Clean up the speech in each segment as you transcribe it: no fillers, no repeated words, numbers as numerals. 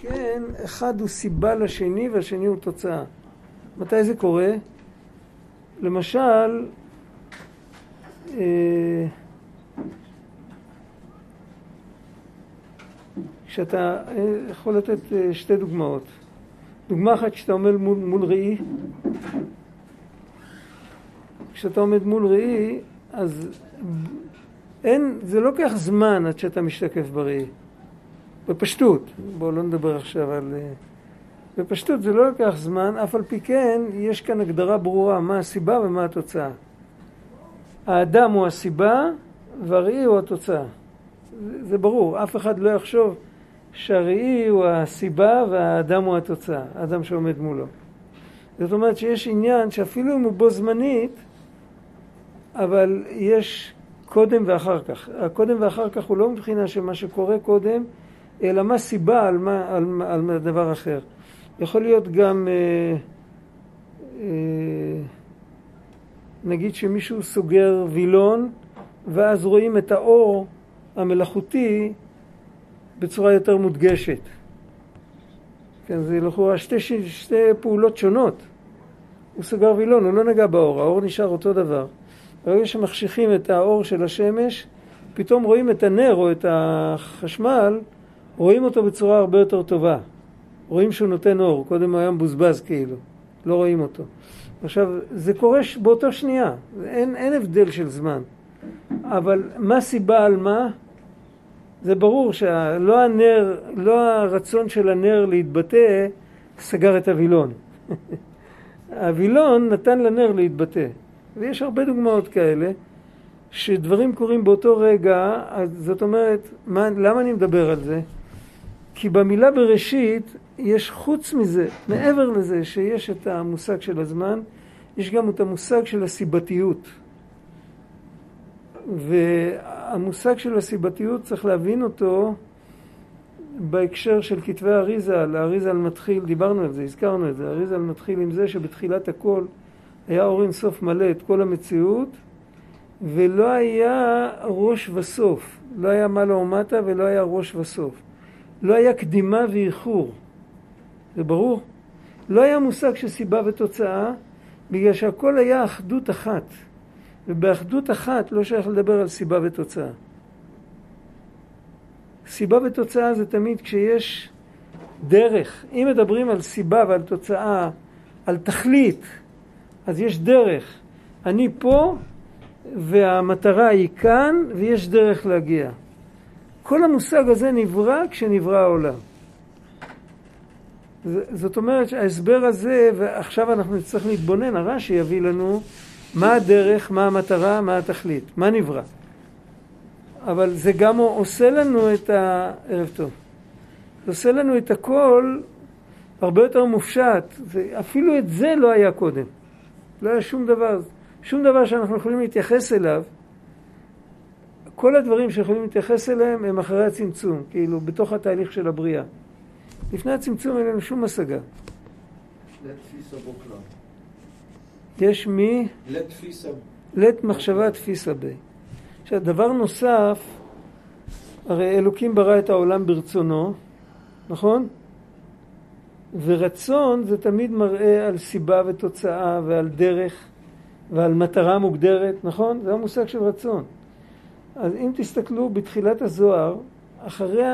כן, אחד הוא סיבה לשני והשני הוא תוצאה. מתי זה קורה? למשל, כשאתה יכול לתת שתי דוגמאות. דוגמה אחת, כשאתה עומד מול ראי, כשאתה עומד מול ראי, אז זה לא לוקח זמן עד שאתה משתקף בראי. בפשטות, בואו לא נדבר עכשיו על... בפשטות זה לא לוקח זמן, אף על פי כן יש כאן הגדרה ברורה מה הסיבה ומה התוצאה. האדם הוא הסיבה והראי הוא התוצאה. זה ברור, אף אחד לא יחשוב שהראי הוא הסיבה והאדם הוא התוצאה, האדם שעומד מולו. זאת אומרת שיש עניין שאפילו אם הוא בו זמנית, אבל יש קודם ואחר כך. הקודם ואחר כך הוא לא מבחינה שמה שקורה קודם, אלא מה סיבה על דבר אחר. יכול להיות גם, נגיד שמישהו סוגר וילון, ואז רואים את האור המלאכותי בצורה יותר מודגשת. כן, זה לכאורה שתי פעולות שונות. הוא סגר וילון, הוא לא נגע באור, האור נשאר אותו דבר. ברגע שמחשיכים את האור של השמש, פתאום רואים את הנר או את החשמל, רואים אותו בצורה הרבה יותר טובה. רואים שהוא נותן אור, קודם היה מבוזבז כאילו, לא רואים אותו. עכשיו, זה קורה באותו שנייה, אין הבדל של זמן. אבל מה סיבה על מה? זה ברור שלא הנר, לא הרצון של הנר להתבטא, סגר את הווילון. הווילון נתן לנר להתבטא. ויש הרבה דוגמאות כאלה, שדברים קורים באותו רגע, אז זאת אומרת, למה אני מדבר על זה? כי במילה בראשית, יש חוץ מזה, מעבר לזה שיש את המושג של הזמן, יש גם את המושג של הסיבתיות. והמושג של הסיבתיות צריך להבין אותו בהקשר של כתבי אריזל. אריזל מתחיל, דיברנו על זה, הזכרנו את זה, אריזל מתחיל עם זה שבתחילת הכל היה אור אין סוף מלא את כל המציאות, ולא היה ראש וסוף, לא היה מעלה ומטה ולא היה ראש וסוף. לא היה קדימה ואיחור, זה ברור? לא היה מושג של סיבה ותוצאה, בגלל שהכל היה אחדות אחת. ובאחדות אחת לא שייך לדבר על סיבה ותוצאה. סיבה ותוצאה זה תמיד כשיש דרך. אם מדברים על סיבה ועל תוצאה, על תכלית, אז יש דרך. אני פה והמטרה היא כאן ויש דרך להגיע. כל המושג הזה נברא כשנברא העולם. זאת אומרת שההסבר הזה, ועכשיו אנחנו נצטרך להתבונן, הרש"י יביא לנו מה הדרך, מה המטרה, מה התכלית, מה נברא. אבל זה גם עושה לנו את ערב טוב. זה עושה לנו את הכל הרבה יותר מופשט. אפילו את זה לא היה קודם. לא היה שום דבר שאנחנו יכולים להתייחס אליו. כל הדברים שיכולים להתייחס אליהם הם אחרי הצמצום, כאילו בתוך התהליך של הבריאה. לפני הצמצום אין לנו שום השגה. לתפיסה בוקלה. יש מי? לתפיסה. לת מחשבה תפיסה בי. עכשיו, דבר נוסף, הרי אלוקים ברא את העולם ברצונו, נכון? ורצון זה תמיד מראה על סיבה ותוצאה ועל דרך ועל מטרה מוגדרת, נכון? זה המושג של רצון. אז אם תסתכלו בתחילת הזוהר, אחרי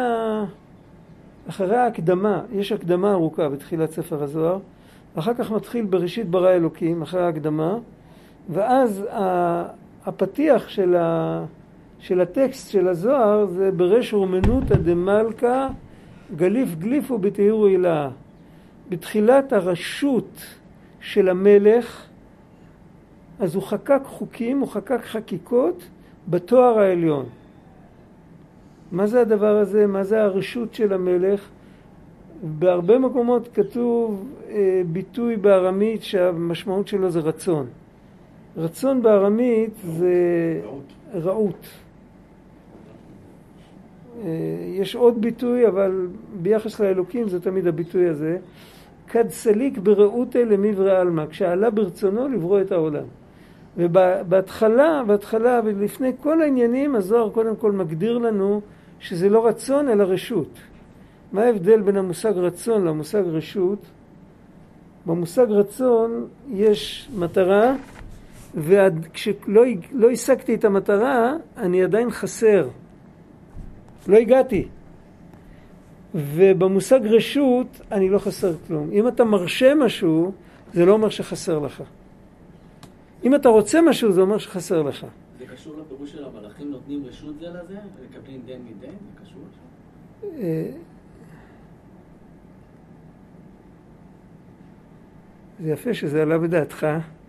ההקדמה, יש הקדמה ארוכה בתחילת ספר הזוהר, ואחר כך מתחיל בראשית ברא אלוקים, אחרי ההקדמה, ואז הפתיח של הטקסט של הזוהר זה ברש רומנותא דמלכא גליף גליפו בתהירו הילאה. בתחילת הרשות של המלך, אז הוא חקק חוקים, הוא חקק חקיקות בתואר העליון. מה זה הדבר הזה? מה זה הרשות של המלך? בהרבה מקומות כתוב ביטוי בארמית שהמשמעות שלו זה רצון. רצון בארמית זה רעות. יש עוד ביטוי, אבל ביחס לאלוקים זה תמיד הביטוי הזה. כד סליק ברעותה למברא עלמא, כשעלה ברצונו לברוא את העולם. ובהתחלה, ולפני כל העניינים, הזוהר קודם כל מגדיר לנו שזה לא רצון אלא רשות. מה ההבדל בין המושג רצון למושג רשות? במושג רצון יש מטרה, וכשלא השגתי את המטרה, אני עדיין חסר. לא הגעתי. ובמושג רשות, אני לא חסר כלום. אם אתה מרשה משהו, זה לא אומר שחסר לך. אם אתה רוצה משהו, זה אומר שחסר לך. זה קשור לפירוש של המלאכים נותנים רשות זה לזה, ומקבלים דין מדין? זה קשור עכשיו? זה יפה שזה עלה בדעתך.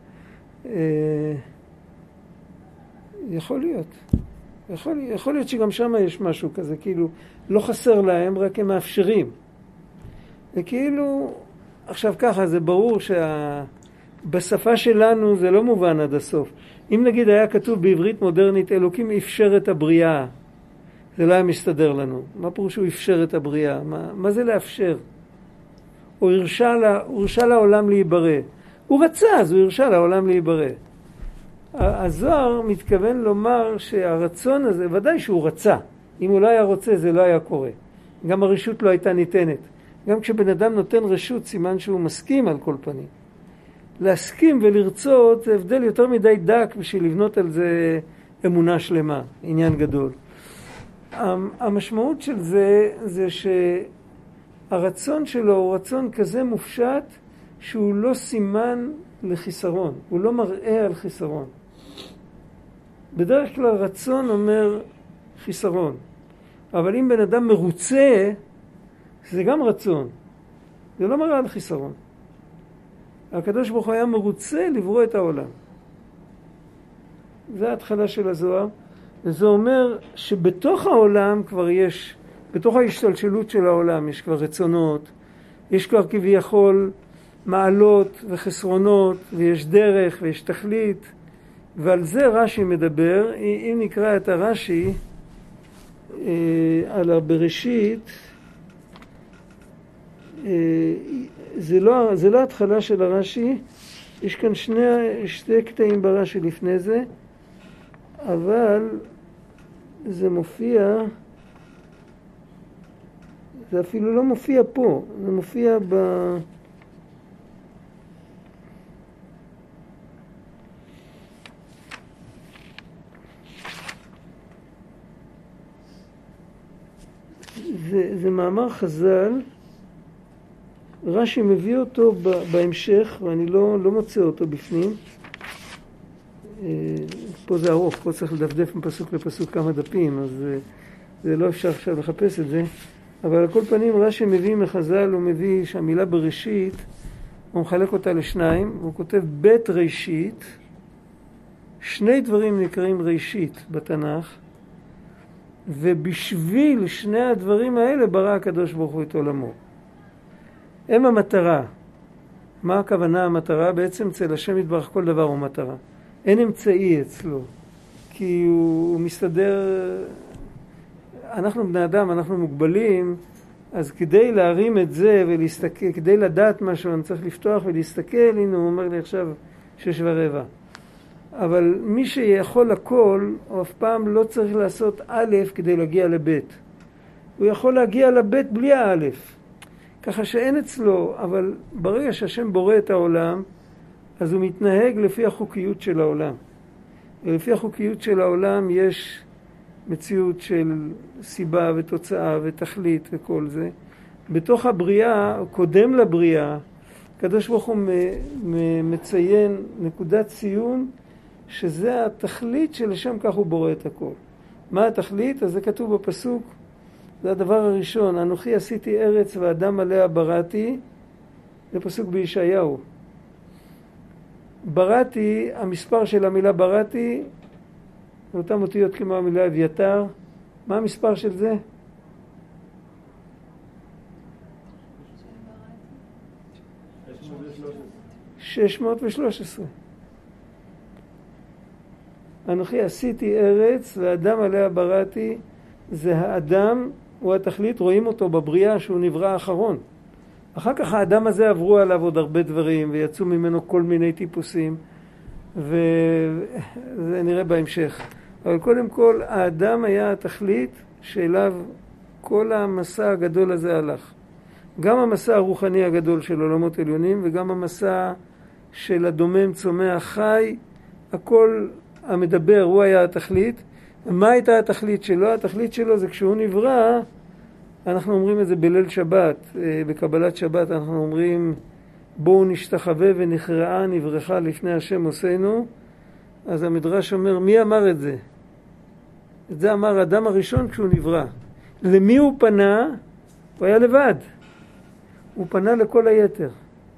יכול להיות. יכול להיות שגם שם יש משהו כזה, כאילו לא חסר להם, רק הם מאפשרים. וכאילו, עכשיו ככה, זה ברור שבשפה שלנו זה לא מובן עד הסוף. אם נגיד היה כתוב בעברית מודרנית, אלוקים אפשר את הבריאה, זה לא היה מסתדר לנו. מה פירוש הוא אפשר את הבריאה? מה זה לאפשר? הוא הרשה לעולם להיברא. הוא רצה, אז הוא הרשה לעולם להיברא. הזוהר מתכוון לומר שהרצון הזה, ודאי שהוא רצה. אם הוא לא היה רוצה, זה לא היה קורה. גם הרשות לא הייתה ניתנת. גם כשבן אדם נותן רשות, סימן שהוא מסכים על כל פנים. להסכים ולרצות זה הבדל יותר מדי דק בשביל לבנות על זה אמונה שלמה, עניין גדול. המשמעות של זה שהרצון שלו הוא רצון כזה מופשט שהוא לא סימן לחיסרון, הוא לא מראה על חיסרון. בדרך כלל רצון אומר חיסרון, אבל אם בן אדם מרוצה, זה גם רצון, זה לא מראה על חיסרון. הקדוש ברוך הוא היה מרוצה לברוא את העולם. זה ההתחלה של הזוהר, וזה אומר שבתוך העולם כבר יש, בתוך ההשתלשלות של העולם יש כבר רצונות, יש כבר כביכול מעלות וחסרונות, ויש דרך ויש תכלית, ועל זה רש"י מדבר. אם נקרא את הרש"י על הבראשית, זה לא התחלה של הרש"י, יש כאן שתי קטעים ברש"י לפני זה, אבל זה מופיע, זה אפילו לא מופיע פה, זה מופיע זה מאמר חז"ל, רש"י מביא אותו בהמשך, ואני לא מוצא אותו בפנים. פה זה ארוך, פה צריך לדפדף מפסוק לפסוק כמה דפים, אז זה לא אפשר עכשיו לחפש את זה. אבל על כל פנים רש"י מביא מחז"ל, הוא מביא שהמילה בראשית, הוא מחלק אותה לשניים, הוא כותב בית ראשית, שני דברים נקראים ראשית בתנ"ך, ובשביל שני הדברים האלה ברא הקדוש ברוך הוא את עולמו. הם המטרה. מה הכוונה המטרה? בעצם אצל השם יתברך כל דבר הוא מטרה. אין אמצעי אצלו, כי הוא מסתדר, אנחנו בני אדם, אנחנו מוגבלים, אז כדי להרים את זה ולהסתכל, כדי לדעת משהו, אני צריך לפתוח ולהסתכל, הנה הוא אומר לי עכשיו 6:15. אבל מי שיכול הכל, הוא אף פעם לא צריך לעשות א' כדי להגיע לבית. הוא יכול להגיע לבית בלי האלף. ככה שאין אצלו, אבל ברגע שהשם בורא את העולם, אז הוא מתנהג לפי החוקיות של העולם. ולפי החוקיות של העולם יש מציאות של סיבה ותוצאה ותכלית וכל זה. בתוך הבריאה, קודם לבריאה, הקדוש ברוך הוא מציין נקודת ציון, שזה התכלית שלשם כך הוא בורא את הכל. מה התכלית? אז זה כתוב בפסוק, זה הדבר הראשון, אנוכי עשיתי ארץ ואדם עליה בראתי, זה פסוק בישעיהו. בראתי, המספר של המילה בראתי, אותם אותיות כמו המילה אביתר, מה המספר של זה? 613. אנוכי עשיתי ארץ ואדם עליה בראתי, זה האדם, הוא התכלית, רואים אותו בבריאה שהוא נברא האחרון. אחר כך האדם הזה עברו עליו עוד הרבה דברים ויצאו ממנו כל מיני טיפוסים, וזה נראה בהמשך. אבל קודם כל האדם היה התכלית שאליו כל המסע הגדול הזה הלך. גם המסע הרוחני הגדול של עולמות עליונים, וגם המסע של הדומם, צומח, חי, הכל המדבר, הוא היה התכלית. מה הייתה התכלית שלו? התכלית שלו זה כשהוא נברא, אנחנו אומרים את זה בליל שבת, בקבלת שבת אנחנו אומרים, בואו נשתחווה ונכרעה נברכה לפני השם עושנו. אז המדרש אומר, מי אמר את זה? את זה אמר האדם הראשון כשהוא נברא. למי הוא פנה? הוא היה לבד. הוא פנה לכל היתר.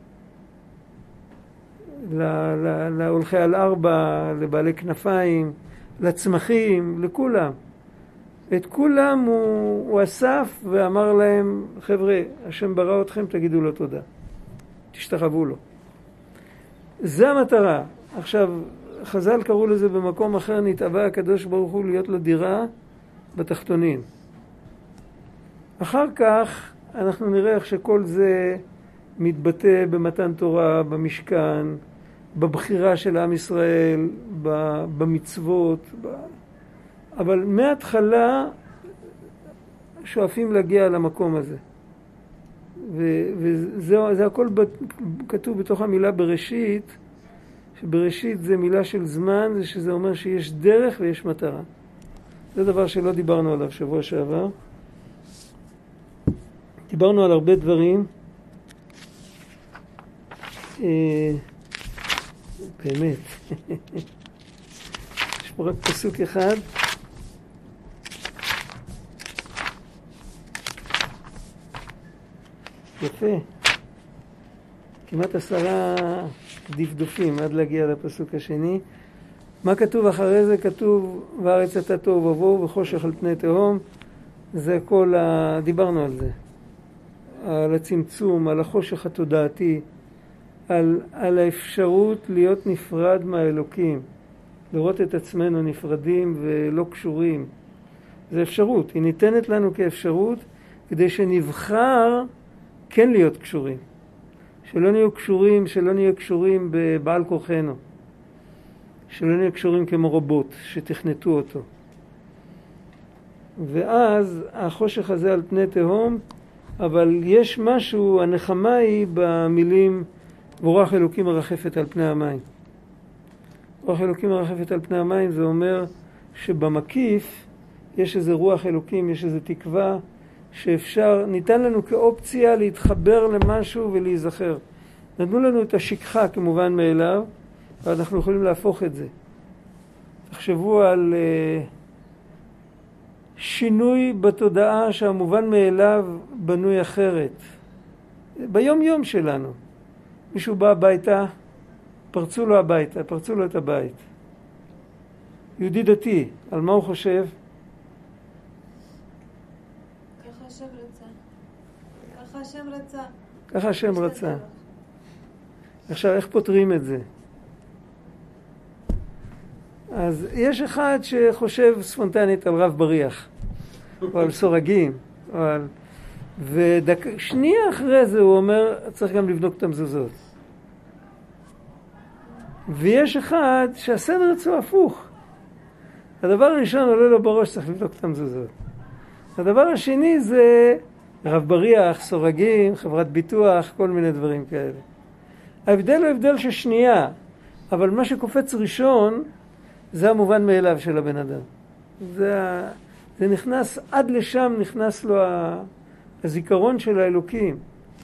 להולכי על ארבע, לבעלי כנפיים, לצמחים, לכולם. את כולם הוא אסף ואמר להם, חבר'ה, השם ברא אתכם, תגידו לו תודה. תשתחוו לו. זה המטרה. עכשיו, חז"ל קראו לזה במקום אחר, נתאווה הקדוש ברוך הוא להיות לו דירה בתחתונים. אחר כך אנחנו נראה איך שכל זה מתבטא במתן תורה, במשכן, בבחירה של עם ישראל, במצוות, אבל מההתחלה שואפים להגיע למקום הזה. וזה הכל כתוב בתוך המילה בראשית, שבראשית זה מילה של זמן, זה שזה אומר שיש דרך ויש מטרה. זה דבר שלא דיברנו עליו שבוע שעבר. דיברנו על הרבה דברים. באמת. יש פה רק פסוק אחד. יפה. כמעט 10 דפדופים עד להגיע לפסוק השני. מה כתוב אחרי זה? כתוב, והארץ הייתה תוהו ובוהו וחושך על פני תהום. זה כל דיברנו על זה. על הצמצום, על החושך התודעתי, על האפשרות להיות נפרד מהאלוקים. לראות את עצמנו נפרדים ולא קשורים. זה אפשרות. היא ניתנת לנו כאפשרות כדי שנבחר כן להיות קשורים. שלא נהיה קשורים בבעל כוחנו. שלא נהיה קשורים כמו רובוט שתכנתו אותו. ואז החושך הזה על פני תהום, אבל יש משהו, הנחמה היא במילים ורוח אלוקים מרחפת על פני המים. רוח אלוקים מרחפת על פני המים זה אומר שבמקיף יש איזה רוח אלוקים, יש איזה תקווה שאפשר, ניתן לנו כאופציה להתחבר למשהו ולהיזכר. נתנו לנו את השכחה כמובן מאליו, ואנחנו יכולים להפוך את זה. תחשבו על שינוי בתודעה שהמובן מאליו בנוי אחרת. ביום יום שלנו. מישהו בא הביתה, פרצו לו הביתה, פרצו לו את הבית. יהודי דתי, על מה הוא חושב? ככה השם רצה. ככה השם רצה. ככה השם רצה. עכשיו, איך פותרים את זה? אז יש אחד שחושב ספונטנית על רב בריח, או על סורגים, או על... ושנייה אחרי זה הוא אומר, צריך גם לבדוק את המזוזות. ויש אחד שהסדר אצלו הפוך. הדבר הראשון עולה לו בראש, צריך לבדוק את המזוזות. הדבר השני זה רב בריח, סורגים, חברת ביטוח, כל מיני דברים כאלה. ההבדל הוא הבדל של שנייה, אבל מה שקופץ ראשון זה המובן מאליו של הבן אדם. זה נכנס, עד לשם נכנס לו הזיכרון של האלוקים.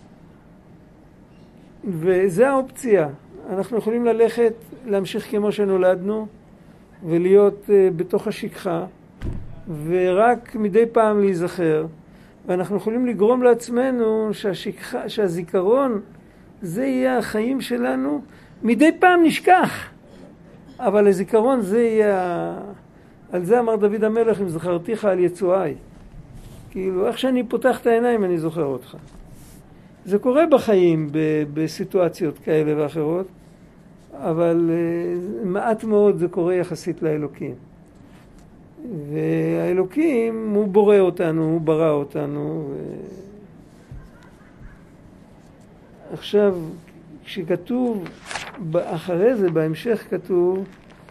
וזה האופציה. אנחנו יכולים ללכת, להמשיך כמו שנולדנו, ולהיות בתוך השכחה, ורק מדי פעם להיזכר. ואנחנו יכולים לגרום לעצמנו שהזיכרון, זה יהיה החיים שלנו. מדי פעם נשכח. אבל הזיכרון זה יהיה... על זה אמר דוד המלך, אם זכרתיך על יצואי. כאילו, איך שאני פותח את העיניים אני זוכר אותך. זה קורה בחיים בסיטואציות כאלה ואחרות, אבל מעט מאוד זה קורה יחסית לאלוקים. והאלוקים הוא בורא אותנו, הוא ברא אותנו. עכשיו, כשכתוב, אחרי זה בהמשך כתוב,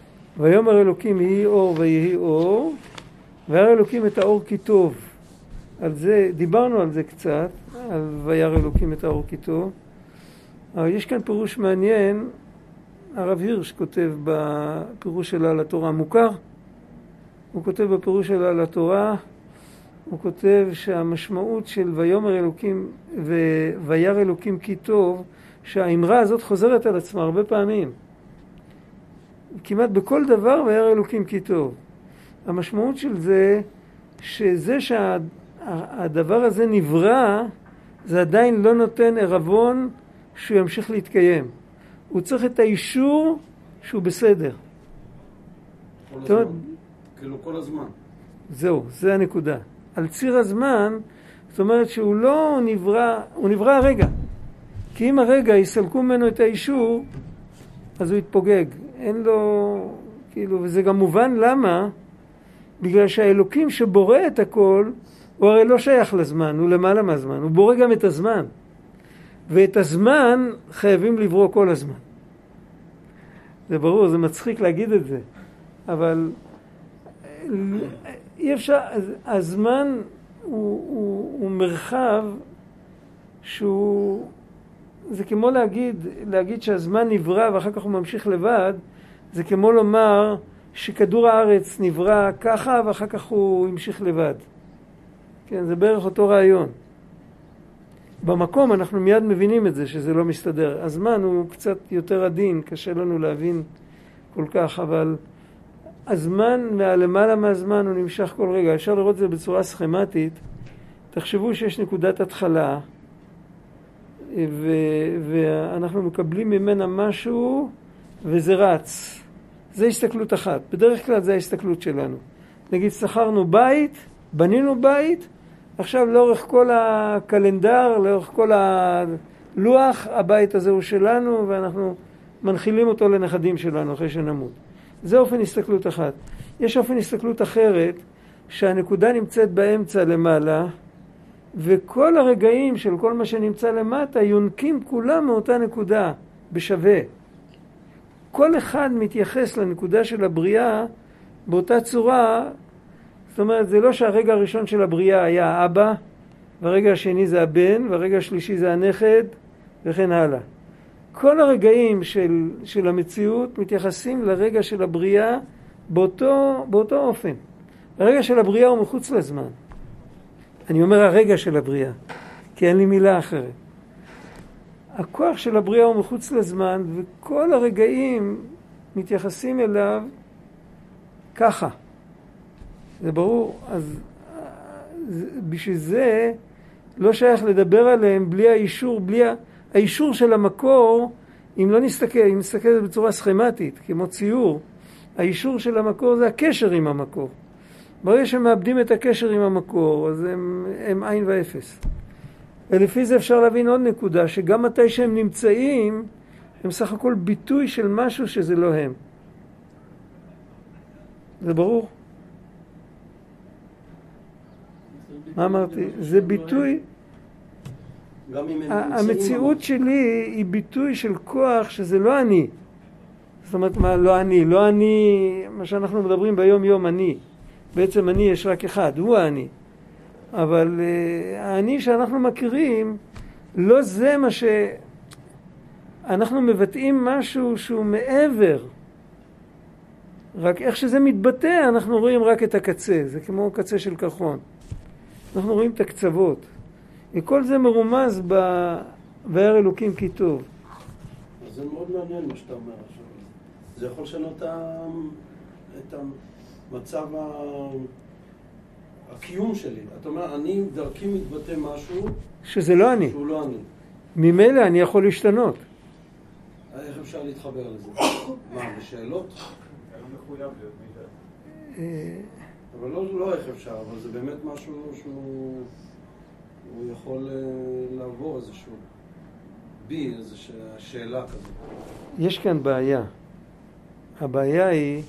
ויאמר אלוקים יהי אור ויהי אור, וירא אלוקים את האור כי טוב. על זה, דיברנו על זה קצת, על וירא אלוקים את האור כי טוב, אבל יש כאן פירוש מעניין, הרב הירש כותב בפירוש שלה על התורה מוכר, הוא כותב בפירוש שלה על התורה, הוא כותב שהמשמעות של ויאמר אלוקים וירא אלוקים כי טוב, שהאמרה הזאת חוזרת על עצמה הרבה פעמים. כמעט בכל דבר וירא אלוקים כי טוב. המשמעות של זה, שזה שהדבר הזה נברא, זה עדיין לא נותן ערבון שהוא ימשיך להתקיים. הוא צריך את האישור שהוא בסדר. כל הזמן. כאילו כל הזמן. זהו, זה הנקודה. על ציר הזמן, זאת אומרת שהוא לא נברא, הוא נברא הרגע. כי אם הרגע יסלקו ממנו את האישור, אז הוא יתפוגג. אין לו, כאילו, וזה גם מובן למה, בגלל שהאלוקים שבורא את הכל, הוא הרי לא שייך לזמן, הוא למעלה מהזמן. הוא בורא גם את הזמן. ואת הזמן חייבים לברוא כל הזמן. זה ברור, זה מצחיק להגיד את זה. אבל אי אפשר, הזמן הוא מרחב שהוא, זה כמו להגיד שהזמן נברא ואחר כך הוא ממשיך לבד, זה כמו לומר שכדור הארץ נברא ככה ואחר כך הוא המשיך לבד. כן, זה בערך אותו רעיון. במקום אנחנו מיד מבינים את זה, שזה לא מסתדר. הזמן הוא קצת יותר עדין, קשה לנו להבין כל כך, אבל הזמן, למעלה מהזמן הוא נמשך כל רגע. אפשר לראות את זה בצורה סכמטית. תחשבו שיש נקודת התחלה, ואנחנו מקבלים ממנה משהו, וזה רץ. זה הסתכלות אחת. בדרך כלל זה ההסתכלות שלנו. נגיד, שכרנו בית, בנינו בית, עכשיו לאורך כל הקלנדר, לאורך כל הלוח, הבית הזה הוא שלנו, ואנחנו מנחילים אותו לנכדים שלנו אחרי שנמות. זה אופן הסתכלות אחת. יש אופן הסתכלות אחרת, שהנקודה נמצאת באמצע למעלה, וכל הרגעים של כל מה שנמצא למטה יונקים כולם מאותה נקודה, בשווה. כל אחד מתייחס לנקודה של הבריאה באותה צורה. זאת אומרת, זה לא שהרגע הראשון של הבריאה היה האבא, והרגע השני זה הבן, והרגע השלישי זה הנכד, וכן הלאה. כל הרגעים של המציאות מתייחסים לרגע של הבריאה באותו אופן. הרגע של הבריאה הוא מחוץ לזמן. אני אומר הרגע של הבריאה, כי אין לי מילה אחרת. הכוח של הבריאה הוא מחוץ לזמן, וכל הרגעים מתייחסים אליו ככה. זה ברור. אז בשביל זה לא שייך לדבר עליהם בלי האישור, האישור של המקור. אם לא נסתכל, אם נסתכל על זה בצורה סכמטית, כמו ציור, האישור של המקור זה הקשר עם המקור. ברגע שמאבדים את הקשר עם המקור, אז הם עין ואפס. ולפי זה אפשר להבין עוד נקודה, שגם מתי שהם נמצאים, הם סך הכל ביטוי של משהו שזה לא הם. זה ברור? מה אמרתי? זה ביטוי, המציאות שלי היא ביטוי של כוח שזה לא אני. זאת אומרת, מה לא אני? לא אני, מה שאנחנו מדברים ביום יום אני. בעצם אני יש רק אחד, הוא האני. אבל האני שאנחנו מכירים, לא זה מה אנחנו מבטאים משהו שהוא מעבר. רק איך שזה מתבטא, אנחנו רואים רק את הקצה. זה כמו קצה של קרחון. אנחנו רואים את הקצוות. וכל זה מרומז וירא אלוקים כי טוב. אז זה מאוד מעניין מה שאתה אומר עכשיו. זה יכול לשנות את המצב הקיום שלי. אתה אומר, אני דרכי מתבטא משהו שזה לא אני. שהוא לא אני. ממילא אני יכול להשתנות. איך אפשר להתחבר לזה? מה, בשאלות? אני לא מחויב להיות מידע. אבל לא איך אפשר, אבל זה באמת משהו שהוא יכול לעבור איזשהו איזושהי שאלה כזאת. יש כאן בעיה. הבעיה היא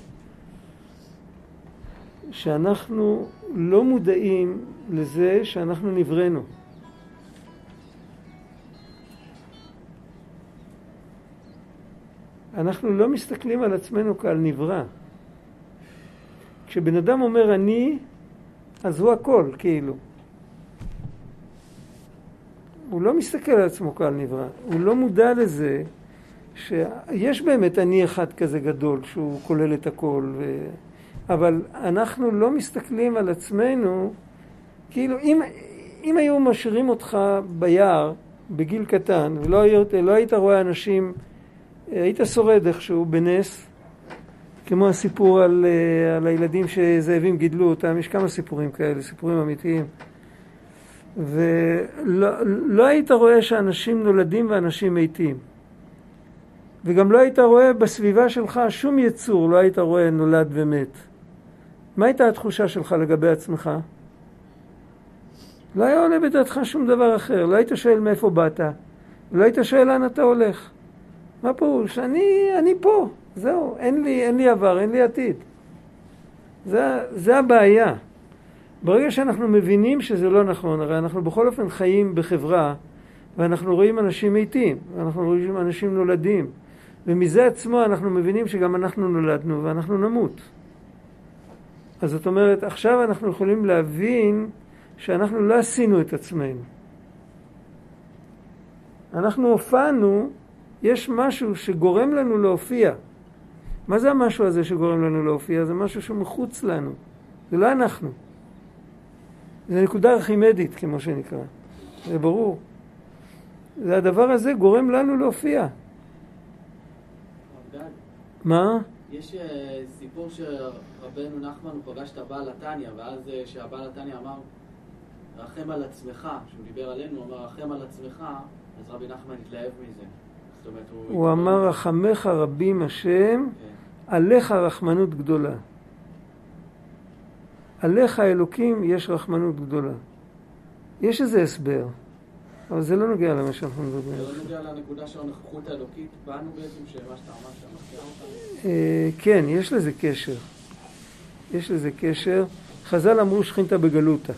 שאנחנו לא מודעים לזה שאנחנו נבראנו. אנחנו לא מסתכלים על עצמנו כעל נברא. כשבן אדם אומר אני, אז הוא הכל, כאילו. הוא לא מסתכל על עצמו כעל נברא, הוא לא מודע לזה שיש באמת אני אחד כזה גדול שהוא כולל את הכל, אבל אנחנו לא מסתכלים על עצמנו, כאילו אם היו משאירים אותך ביער בגיל קטן ולא היית רואה אנשים, היית שורד איכשהו בנס, כמו הסיפור על הילדים שזאבים גידלו אותם, יש כמה סיפורים כאלה, סיפורים אמיתיים, ולא היית רואה שאנשים נולדים ואנשים מתים, וגם לא היית רואה בסביבה שלך שום יצור, לא היית רואה נולד ומת. מה הייתה התחושה שלך לגבי עצמך? לא היה עולה בדעתך שום דבר אחר, לא היית שואל מאיפה באת, לא היית שואל לאן אתה הולך. מה פירוש? אני פה, זהו, אין לי עבר, אין לי עתיד. זה הבעיה. ברגע שאנחנו מבינים שזה לא נכון, הרי אנחנו בכל אופן חיים בחברה, ואנחנו רואים אנשים מתים, ואנחנו רואים אנשים נולדים, ומזה עצמו אנחנו מבינים שגם אנחנו נולדנו ואנחנו נמות. אז זאת אומרת, עכשיו אנחנו יכולים להבין שאנחנו לא עשינו את עצמנו. אנחנו הופענו, יש משהו שגורם לנו להופיע. מה זה המשהו הזה שגורם לנו להופיע? זה משהו שמחוץ לנו. זה לא אנחנו. זה נקודה ארכימדית, כמו שנקרא. זה ברור. זה הדבר הזה גורם לנו להופיע. מה? יש סיפור שרבנו נחמן הוא פגש את הבעל התניא, ואז שהבעל התניא אמר רחם על עצמך, שהוא דיבר עלינו, הוא אמר רחם על עצמך, אז רבי נחמן התלהב מזה. זאת אומרת, הוא אמר רחמך רבים השם, עליך רחמנות גדולה. עליך אלוקים יש רחמנות גדולה. יש איזה הסבר, אבל זה לא נוגע למה שאנחנו מדברים. זה לא נוגע לנקודה של הנוכחות האלוקית, באנו בעצם שמה שאתה אמר שמחזירה אותנו? כן, יש לזה קשר. יש לזה קשר. חז"ל אמרו שכינתה בגלותה.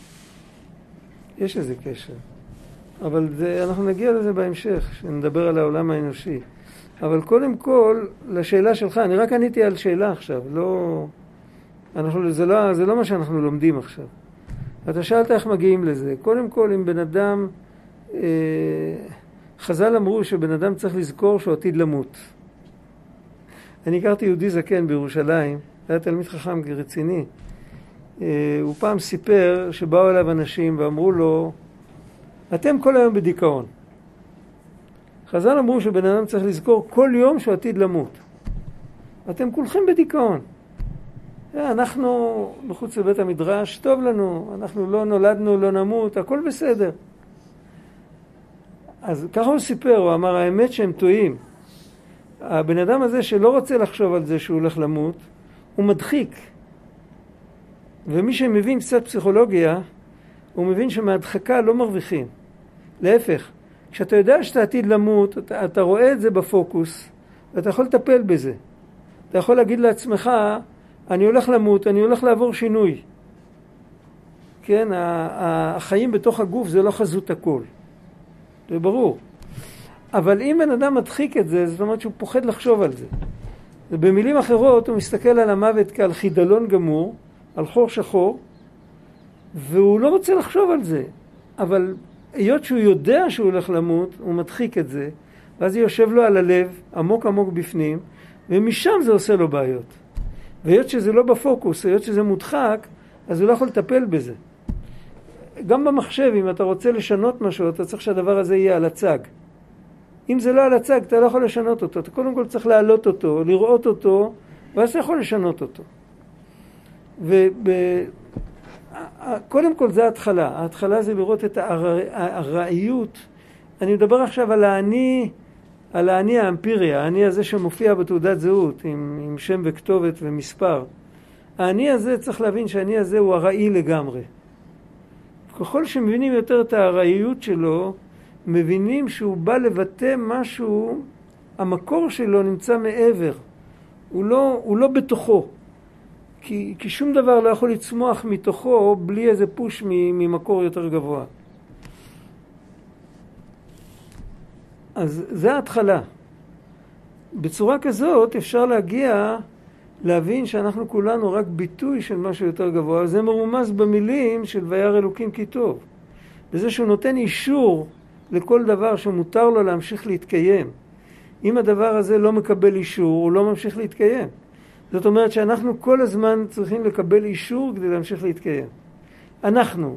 יש לזה קשר. אבל אנחנו נגיע לזה בהמשך, שנדבר על העולם האנושי. אבל קודם כל, לשאלה שלך, אני רק עניתי על שאלה עכשיו, זה לא מה שאנחנו לומדים עכשיו. אתה שאלת איך מגיעים לזה. קודם כל, אם בן אדם, חז"ל אמרו שבן אדם צריך לזכור שהוא עתיד למות. אני הכרתי יהודי זקן בירושלים, היה תלמיד חכם רציני. הוא פעם סיפר שבאו אליו אנשים ואמרו לו, אתם כל היום בדיכאון. חז"ל אמרו שבן אדם צריך לזכור כל יום שהוא עתיד למות. אתם כולכם בדיכאון. אנחנו מחוץ לבית המדרש, טוב לנו, אנחנו לא נולדנו, לא נמות, הכל בסדר. אז ככה הוא סיפר, הוא אמר, האמת שהם טועים. הבן אדם הזה שלא רוצה לחשוב על זה שהוא הולך למות, הוא מדחיק. ומי שמבין קצת פסיכולוגיה, הוא מבין שמהדחקה לא מרוויחים. להפך, כשאתה יודע שאתה עתיד למות, אתה רואה את זה בפוקוס, ואתה יכול לטפל בזה. אתה יכול להגיד לעצמך, אני הולך למות, אני הולך לעבור שינוי. כן, החיים בתוך הגוף זה לא חזות הכל. זה ברור. אבל אם בן אדם מדחיק את זה, זאת אומרת שהוא פוחד לחשוב על זה. ובמילים אחרות הוא מסתכל על המוות כעל חידלון גמור, על חור שחור, והוא לא רוצה לחשוב על זה. אבל היות שהוא יודע שהוא הולך למות, הוא מדחיק את זה, ואז זה יושב לו על הלב, עמוק עמוק בפנים, ומשם זה עושה לו בעיות. והיות שזה לא בפוקוס, היות שזה מודחק, אז הוא לא יכול לטפל בזה. גם במחשב, אם אתה רוצה לשנות משהו, אתה צריך שהדבר הזה יהיה על הצג. אם זה לא על הצג, אתה לא יכול לשנות אותו. אתה קודם כל צריך להעלות אותו, לראות אותו, ואז אתה יכול לשנות אותו. קודם כל זה ההתחלה. ההתחלה זה לראות את הרעיות. אני מדבר עכשיו על האני האמפירי, האני הזה שמופיע בתעודת זהות, עם שם וכתובת ומספר. האני הזה צריך להבין שהאני הזה הוא הרעי לגמרי. ככל שמבינים יותר את הרעיות שלו, מבינים שהוא בא לבטא משהו, המקור שלו נמצא מעבר. הוא לא בתוכו. כי שום דבר לא יכול לצמוח מתוכו בלי איזה פוש ממקור יותר גבוה. אז זה ההתחלה. בצורה כזאת אפשר להבין שאנחנו כולנו רק ביטוי של משהו יותר גבוה. זה מרומז במילים של וירא אלוקים כי טוב. בזה שהוא נותן אישור לכל דבר שמותר לו להמשיך להתקיים. אם הדבר הזה לא מקבל אישור, הוא לא ממשיך להתקיים. זאת אומרת שאנחנו כל הזמן צריכים לקבל אישור כדי להמשיך להתקיים. אנחנו,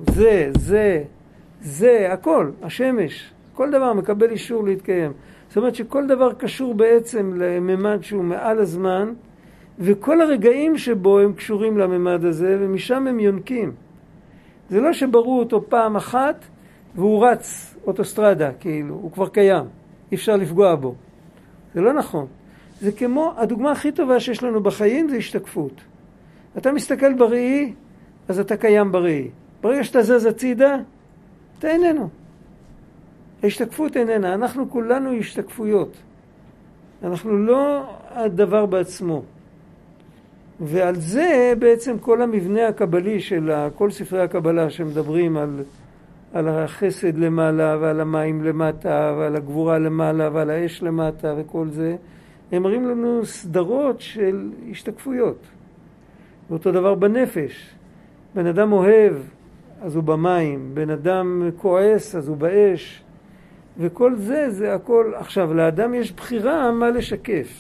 זה, הכל, השמש, כל דבר מקבל אישור להתקיים. זאת אומרת שכל דבר קשור בעצם לממד שהוא מעל הזמן, וכל הרגעים שבו הם קשורים לממד הזה, ומשם הם יונקים. זה לא שברו אותו פעם אחת, והוא רץ אוטוסטרדה, כאילו, הוא כבר קיים. אי אפשר לפגוע בו. זה לא נכון. זה כמו, הדוגמה הכי טובה שיש לנו בחיים זה השתקפות. אתה מסתכל בראי, אז אתה קיים בראי. ברגע שאתה זז הצידה, אתה איננו. ההשתקפות איננה. אנחנו כולנו השתקפויות. אנחנו לא הדבר בעצמו. ועל זה בעצם כל המבנה הקבלי של כל ספרי הקבלה שמדברים על החסד למעלה ועל המים למטה ועל הגבורה למעלה ועל האש למטה וכל זה, הם מראים לנו סדרות של השתקפויות. ואותו דבר בנפש. בן אדם אוהב, אז הוא במים. בן אדם כועס, אז הוא באש. וכל זה, זה הכל. עכשיו, לאדם יש בחירה מה לשקף.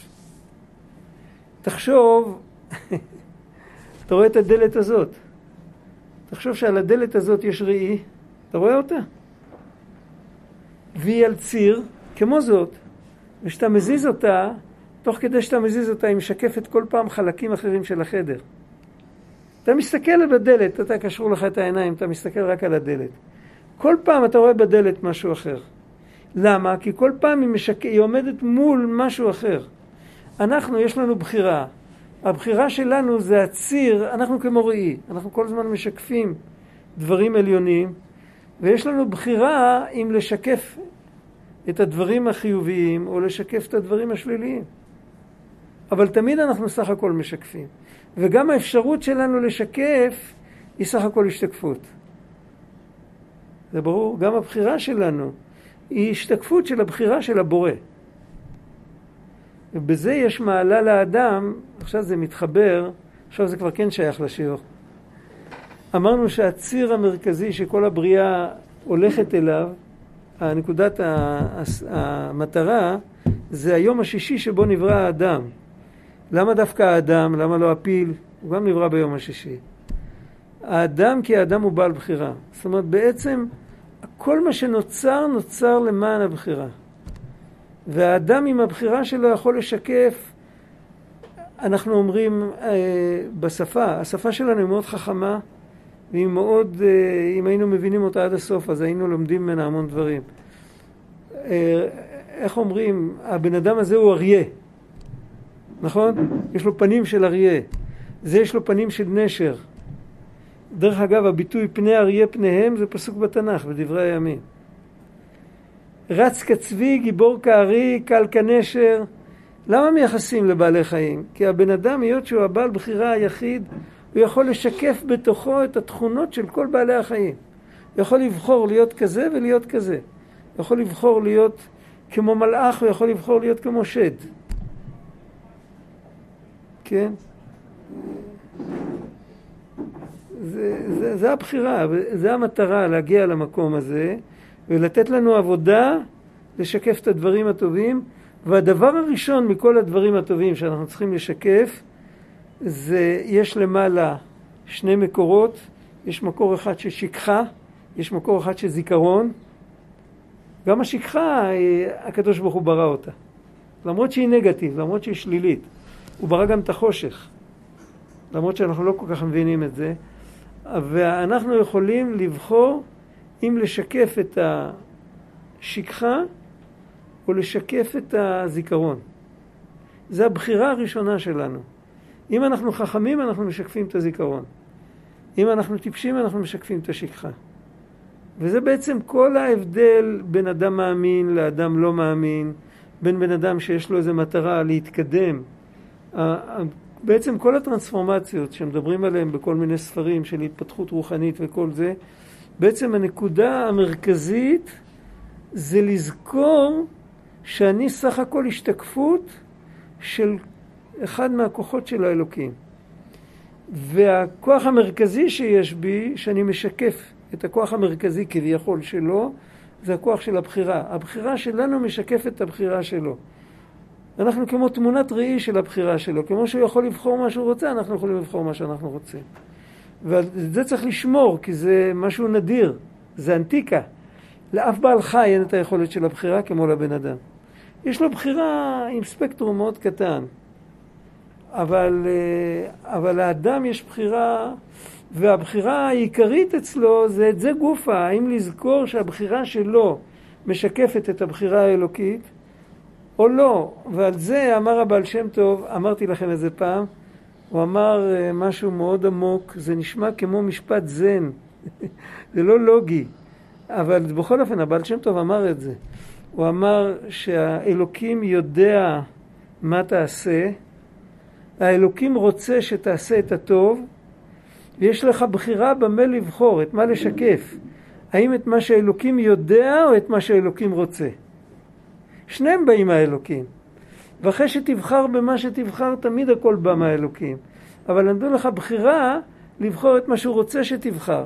תחשוב, אתה רואה את הדלת הזאת. תחשוב שעל הדלת הזאת יש ראי. אתה רואה אותה? והיא על ציר, כמו זאת. ושאתה מזיז אותה, תוך כדי שאתה מזיז אותה, היא משקפת כל פעם חלקים אחרים של החדר. אתה מסתכל על הדלת, אתה קשור לך את העיניים, אתה מסתכל רק על הדלת. כל פעם אתה רואה בדלת משהו אחר. למה? כי כל פעם היא עומדת מול משהו אחר. אנחנו, יש לנו בחירה. הבחירה שלנו זה הציר, אנחנו כמו ראי. אנחנו כל הזמן משקפים דברים עליונים, ויש לנו בחירה אם לשקף את הדברים החיוביים או לשקף את הדברים השליליים. אבל תמיד אנחנו סך הכל משקפים. וגם האפשרות שלנו לשקף היא סך הכל השתקפות. זה ברור? גם הבחירה שלנו היא השתקפות של הבחירה של הבורא. ובזה יש מעלה לאדם, עכשיו זה מתחבר, עכשיו זה כבר כן שייך לשיעור. אמרנו שהציר המרכזי שכל הבריאה הולכת אליו, הנקודת המטרה, זה היום השישי שבו נברא האדם. למה דווקא האדם? למה לא הפיל? הוא גם נברא ביום השישי. האדם כי האדם הוא בעל בחירה. זאת אומרת, בעצם כל מה שנוצר, נוצר למען הבחירה. והאדם עם הבחירה שלו יכול לשקף, אנחנו אומרים בשפה, השפה שלנו היא מאוד חכמה, והיא מאוד, אם היינו מבינים אותה עד הסוף, אז היינו לומדים ממנה המון דברים. איך אומרים, הבן אדם הזה הוא אריה, נכון? יש לו פנים של אריה. זה יש לו פנים של נשר. דרך אגב, הביטוי פני אריה פניהם זה פסוק בתנ"ך, בדברי הימים. רץ כצבי, גיבור כארי, קל כנשר. למה מייחסים לבעלי חיים? כי הבן אדם, היות שהוא הבעל בחירה היחיד, הוא יכול לשקף בתוכו את התכונות של כל בעלי החיים. הוא יכול לבחור להיות כזה ולהיות כזה. הוא יכול לבחור להיות כמו מלאך, הוא יכול לבחור להיות כמו שד. כן? זה הבחירה, זה המטרה, להגיע למקום הזה, ולתת לנו עבודה, לשקף את הדברים הטובים, והדבר הראשון מכל הדברים הטובים שאנחנו צריכים לשקף, זה יש למעלה שני מקורות, יש מקור אחד של שכחה, יש מקור אחד של זיכרון. גם השכחה, הקדוש ברוך הוא ברא אותה. למרות שהיא נגטיב, למרות שהיא שלילית. הוא ברא גם את החושך. למרות שאנחנו לא כל כך מבינים את זה. ואנחנו יכולים לבחור אם לשקף את השכחה או לשקף את הזיכרון. זה הבחירה הראשונה שלנו. אם אנחנו חכמים, אנחנו משקפים את הזיכרון. אם אנחנו טיפשים, אנחנו משקפים את השכחה. וזה בעצם כל ההבדל בין אדם מאמין לאדם לא מאמין, בין בן אדם שיש לו איזו מטרה להתקדם. בעצם כל הטרנספורמציות שמדברים עליהן בכל מיני ספרים של התפתחות רוחנית וכל זה, בעצם הנקודה המרכזית זה לזכור שאני סך הכל השתקפות של אחד מהכוחות של האלוקים. והכוח המרכזי שיש בי, שאני משקף את הכוח המרכזי כביכול שלו, זה הכוח של הבחירה. הבחירה שלנו משקפת את הבחירה שלו. אנחנו כמו תמונת ראי של הבחירה שלו. כמו שהוא יכול לבחור מה שהוא רוצה, אנחנו יכולים לבחור מה שאנחנו רוצים. וזה צריך לשמור, כי זה משהו נדיר. זה אנטיקה. לאף בעל חי אין את היכולת של הבחירה כמו לבן אדם. יש לו בחירה עם ספקטרום מאוד קטן. אבל לאדם יש בחירה, והבחירה העיקרית אצלו זה את זה גופה, האם לזכור שהבחירה שלו משקפת את הבחירה האלוקית, או לא. ועל זה אמר הבעל שם טוב, אמרתי לכם איזה פעם, הוא אמר משהו מאוד עמוק, זה נשמע כמו משפט זן, זה לא לוגי, אבל בכל אופן הבעל שם טוב אמר את זה. הוא אמר שהאלוקים יודע מה תעשה, האלוקים רוצה שתעשה את הטוב, ויש לך בחירה במה לבחור, את מה לשקף. האם את מה שהאלוקים יודע או את מה שהאלוקים רוצה. שניהם באים מהאלוקים. ואחרי שתבחר במה שתבחר, תמיד הכל בא מהאלוקים. אבל נתנו לך בחירה לבחור את מה שהוא רוצה שתבחר.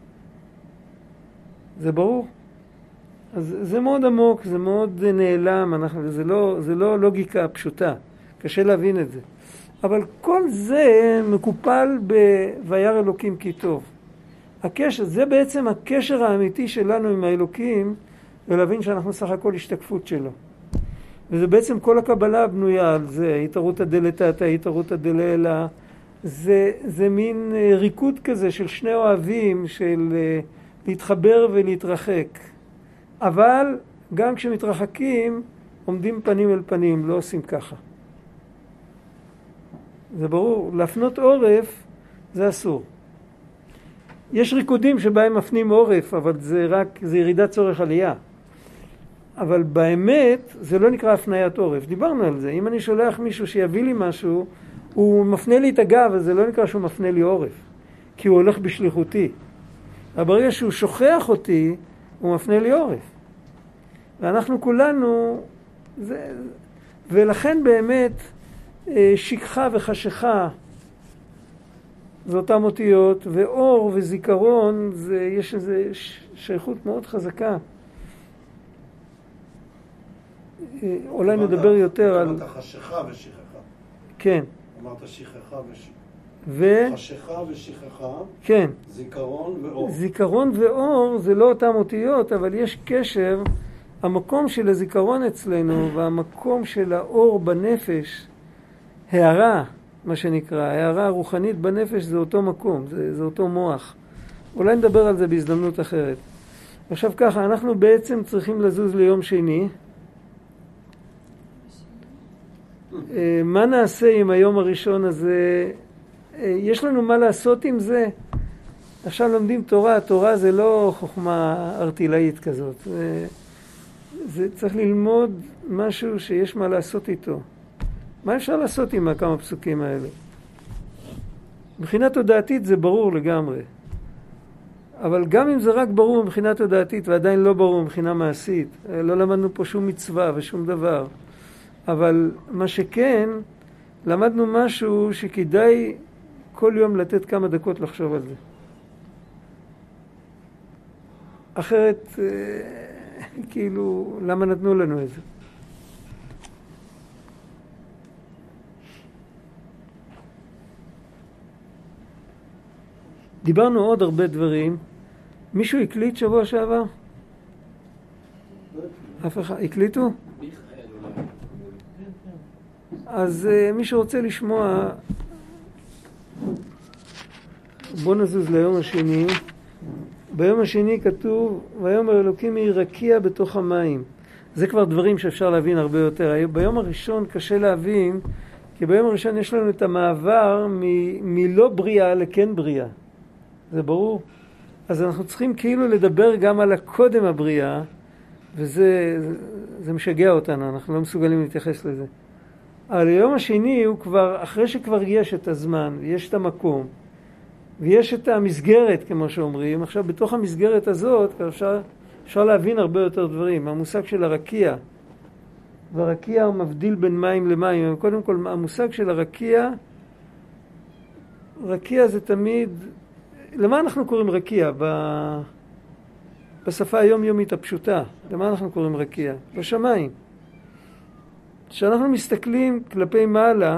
זה ברור? אז זה מאוד עמוק, זה מאוד נעלם, זה לא לוגיקה פשוטה. קשה להבין את זה. אבל כל זה מקופל ב"ויר אלוקים כי טוב". הקשר, זה בעצם הקשר האמיתי שלנו עם האלוקים, ולהבין שאנחנו סך הכל השתקפות שלו. וזה בעצם כל הקבלה בנויה על זה, התערותא דלתתא, התערותא דלעילא. זה מין ריקוד כזה של שני אוהבים, של להתחבר ולהתרחק. אבל גם כשמתרחקים, עומדים פנים אל פנים, לא עושים ככה. זה ברור, להפנות עורף זה אסור. יש ריקודים שבהם מפנים עורף, אבל זה ירידת צורך עלייה. אבל באמת זה לא נקרא הפניית עורף. דיברנו על זה. אם אני שולח מישהו שיביא לי משהו, הוא מפנה לי את הגב, אז זה לא נקרא שהוא מפנה לי עורף. כי הוא הולך בשליחותי. אבל ברגע שהוא שוכח אותי, הוא מפנה לי עורף. ואנחנו כולנו, ולכן באמת, שכחה וחשיכה זה אותם אותיות, ואור וזיכרון יש איזו שייכות מאוד חזקה. אולי נדבר יותר על... אמרת חשיכה ושכחה. כן. אמרת שכחה ושכחה. חשיכה ושכחה. כן. זיכרון ואור. זיכרון ואור זה לא אותם אותיות, אבל יש קשר. המקום של הזיכרון אצלנו והמקום של האור בנפש, הערה, מה שנקרא, הערה הרוחנית בנפש זה אותו מקום, זה אותו מוח. אולי נדבר על זה בהזדמנות אחרת. עכשיו ככה, אנחנו בעצם צריכים לזוז ליום שני. מה נעשה עם היום הראשון הזה? יש לנו מה לעשות עם זה? עכשיו לומדים תורה, תורה זה לא חוכמה ארטילאית כזאת. זה צריך ללמוד משהו שיש מה לעשות איתו. מה אפשר לעשות עם כמה פסוקים האלה? מבחינה תודעתית זה ברור לגמרי. אבל גם אם זה רק ברור מבחינה תודעתית ועדיין לא ברור מבחינה מעשית, לא למדנו פה שום מצווה ושום דבר. אבל מה שכן, למדנו משהו שכדאי כל יום לתת כמה דקות לחשוב על זה. אחרת, כאילו, למה נתנו לנו את זה? דיברנו עוד הרבה דברים. מישהו הקליט שבוע שעבר? אף אחד? הקליטו? אז מי שרוצה לשמוע, בוא נזוז ליום השני. ביום השני כתוב, ויאמר אלוקים יהי רקיע בתוך המים. זה כבר דברים שאפשר להבין הרבה יותר. ביום הראשון קשה להבין, כי ביום הראשון יש לנו את המעבר מלא בריאה לכן בריאה. זה ברור? אז אנחנו צריכים כאילו לדבר גם על הקודם הבריאה, וזה משגע אותנו, אנחנו לא מסוגלים להתייחס לזה. אבל היום השני הוא כבר, אחרי שכבר יש את הזמן, ויש את המקום, ויש את המסגרת, כמו שאומרים, עכשיו בתוך המסגרת הזאת אפשר להבין הרבה יותר דברים. המושג של הרקיע, והרקיע הוא מבדיל בין מים למים. קודם כל, המושג של הרקיע, רקיע זה תמיד, למה אנחנו קוראים רקיע? בשפה היומיומית הפשוטה. למה אנחנו קוראים רקיע? בשמיים. כשאנחנו מסתכלים כלפי מעלה,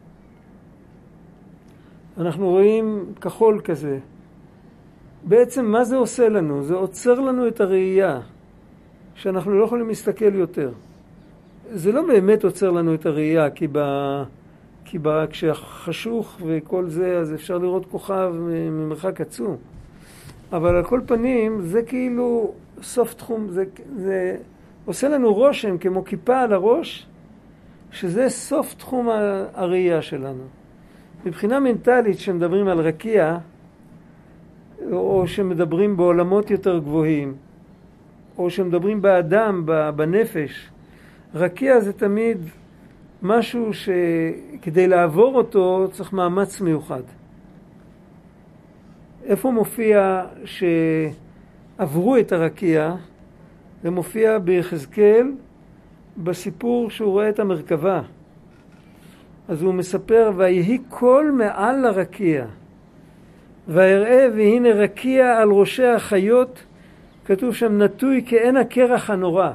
אנחנו רואים כחול כזה. בעצם מה זה עושה לנו? זה עוצר לנו את הראייה, שאנחנו לא יכולים להסתכל יותר. זה לא באמת עוצר לנו את הראייה, כי כשחשוך וכל זה, אז אפשר לראות כוכב ממרחק עצום. אבל על כל פנים, זה כאילו סוף תחום, זה עושה לנו רושם כמו כיפה על הראש, שזה סוף תחום הראייה שלנו. מבחינה מנטלית, שמדברים על רקיע, או שמדברים בעולמות יותר גבוהים, או שמדברים באדם, בנפש, רקיע זה תמיד משהו שכדי לעבור אותו צריך מאמץ מיוחד. איפה מופיע שעברו את הרקיע? זה מופיע ביחזקאל בסיפור שהוא רואה את המרכבה. אז הוא מספר, ויהי קול מעל לרקיע, ויראה והנה רקיע על ראשי החיות, כתוב שם נטוי כאין הקרח הנורא.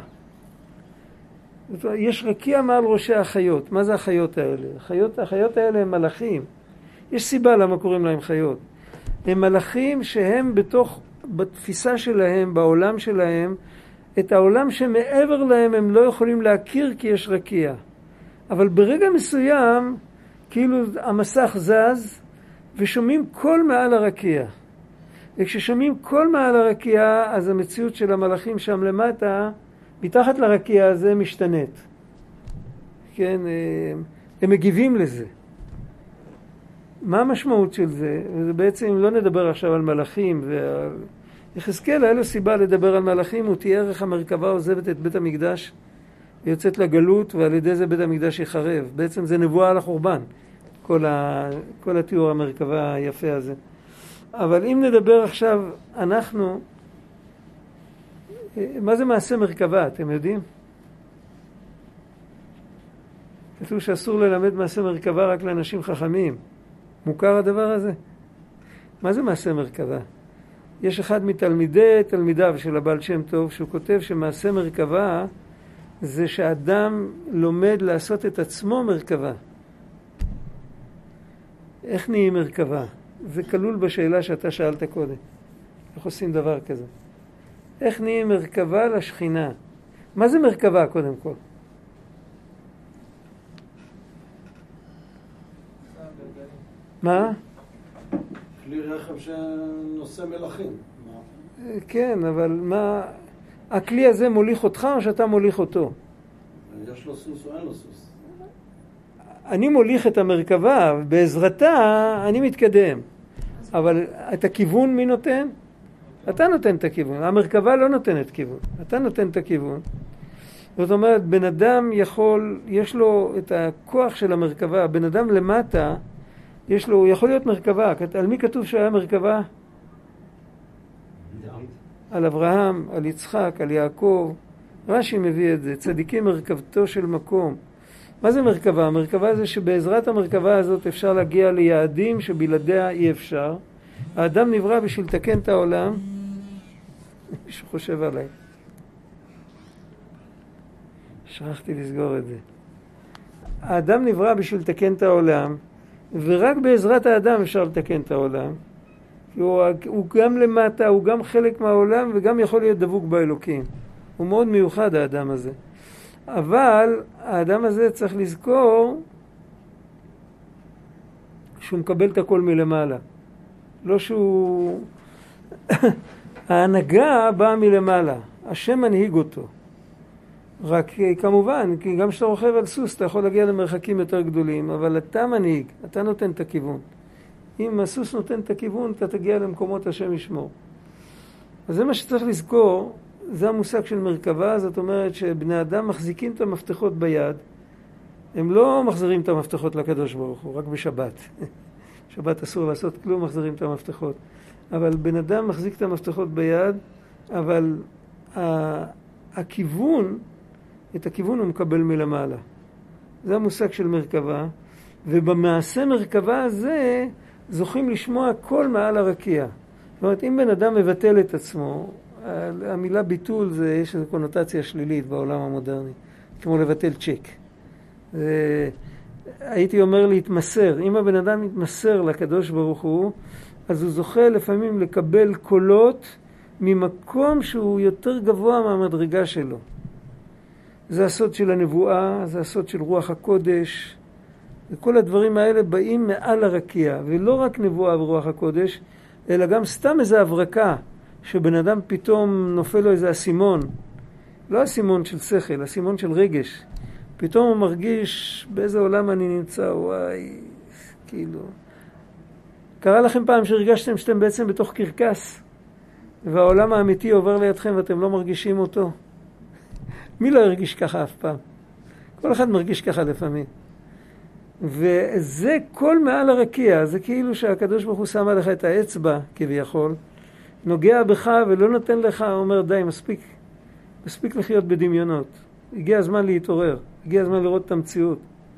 יש רקיע מעל ראשי החיות. מה זה החיות האלה? החיות האלה הם מלאכים. יש סיבה למה קוראים להם חיות. הם מלאכים שהם בתפיסה שלהם, בעולם שלהם, את העולם שמעבר להם הם לא יכולים להכיר כי יש רקיע. אבל ברגע מסוים, כאילו המסך זז, ושומעים קול מעל הרקיע. וכששומעים קול מעל הרקיע, אז המציאות של המלאכים שם למטה, מתחת לרקיע הזה משתנית. כן, הם מגיבים לזה. מה המשמעות של זה? וזה בעצם, אם לא נדבר עכשיו על מלאכים, יחזקאל היה לו סיבה לדבר על מלאכים, הוא תיאר איך המרכבה עוזבת את בית המקדש, ויוצאת לגלות, ועל ידי זה בית המקדש יחרב. בעצם זה נבואה על החורבן, כל התיאור המרכבה היפה הזה. אבל אם נדבר עכשיו, אנחנו, מה זה מעשה מרכבה, אתם יודעים? כתוב שאסור ללמד מעשה מרכבה רק לאנשים חכמים. מוכר הדבר הזה? מה זה מעשה מרכבה? יש אחד תלמידיו של הבעל שם טוב, שהוא כותב שמעשה מרכבה זה שאדם לומד לעשות את עצמו מרכבה. איך נהיים מרכבה? זה כלול בשאלה שאתה שאלת קודם. איך עושים דבר כזה? איך נהיים מרכבה לשכינה? מה זה מרכבה קודם כל? מה? כלי רכב שנושא מלאכים. כן, אבל מה... הכלי הזה מוליך אותך או שאתה מוליך אותו? יש לו סוס או אין לו סוס? אני מוליך את המרכבה, בעזרתה אני מתקדם. אבל את הכיוון מי נותן? אתה נותן את הכיוון. המרכבה לא נותנת כיוון. אתה נותן את הכיוון. זאת אומרת, בן אדם יש לו את הכוח של המרכבה. בן אדם למטה, הוא יכול להיות מרכבה. על מי כתוב שהיה מרכבה? על אברהם, על יצחק, על יעקב. רש"י מביא את זה. צדיקים מרכבתו של מקום. מה זה מרכבה? המרכבה זה שבעזרת המרכבה הזאת אפשר להגיע ליעדים שבלעדיה אי אפשר. האדם נברא בשביל לתקן את העולם. מישהו חושב עליי. שכחתי לסגור את זה. האדם נברא בשביל לתקן את העולם, ורק בעזרת האדם אפשר לתקן את העולם. הוא גם למטה, הוא גם חלק מהעולם, וגם יכול להיות דבוק באלוקים. הוא מאוד מיוחד האדם הזה. אבל האדם הזה צריך לזכור שהוא מקבל את הכל מלמעלה. לא שהוא... ההנהגה באה מלמעלה. השם מנהיג אותו. רק כמובן, כי גם כשאתה רוכב על סוס, אתה יכול להגיע למרחקים יותר גדולים, אבל אתה מנהיג, אתה נותן את הכיוון. אם הסוס נותן את הכיוון, אתה תגיע למקומות השם ישמור. אז זה מה שצריך לזכור, זה המושג של מרכבה, זאת אומרת שבני אדם מחזיקים את המפתחות ביד, הם לא מחזירים את המפתחות לקדוש ברוך הוא, רק בשבת. שבת אסור לעשות כלום, מחזירים את המפתחות. אבל בן אדם מחזיק את המפתחות ביד, אבל הכיוון, את הכיוון הוא מקבל מלמעלה. זה המושג של מרכבה, ובמעשה מרכבה הזה זוכים לשמוע קול מעל הרקיע. זאת אומרת, אם בן אדם מבטל את עצמו, המילה ביטול יש איזו קונוטציה שלילית בעולם המודרני, כמו לבטל צ'ק. הייתי אומר להתמסר. אם הבן אדם מתמסר לקדוש ברוך הוא, אז הוא זוכה לפעמים לקבל קולות ממקום שהוא יותר גבוה מהמדרגה שלו. זה הסוד של הנבואה, זה הסוד של רוח הקודש. וכל הדברים האלה באים מעל הרקיע, ולא רק נבואה ורוח הקודש, אלא גם סתם איזו הברקה, שבן אדם פתאום נופל לו איזה אסימון. לא אסימון של שכל, אסימון של רגש. פתאום הוא מרגיש באיזה עולם אני נמצא, וואי, כאילו. קרה לכם פעם שהרגשתם שאתם בעצם בתוך קרקס, והעולם האמיתי עובר לידכם ואתם לא מרגישים אותו? מי לא הרגיש ככה אף פעם? כל אחד מרגיש ככה לפעמים. וזה כל מעל הרקיע, זה כאילו שהקדוש ברוך הוא שם עליך את האצבע כביכול, נוגע בך ולא נותן לך, אומר די, מספיק לחיות בדמיונות. הגיע הזמן להתעורר, הגיע הזמן לראות את המציאות.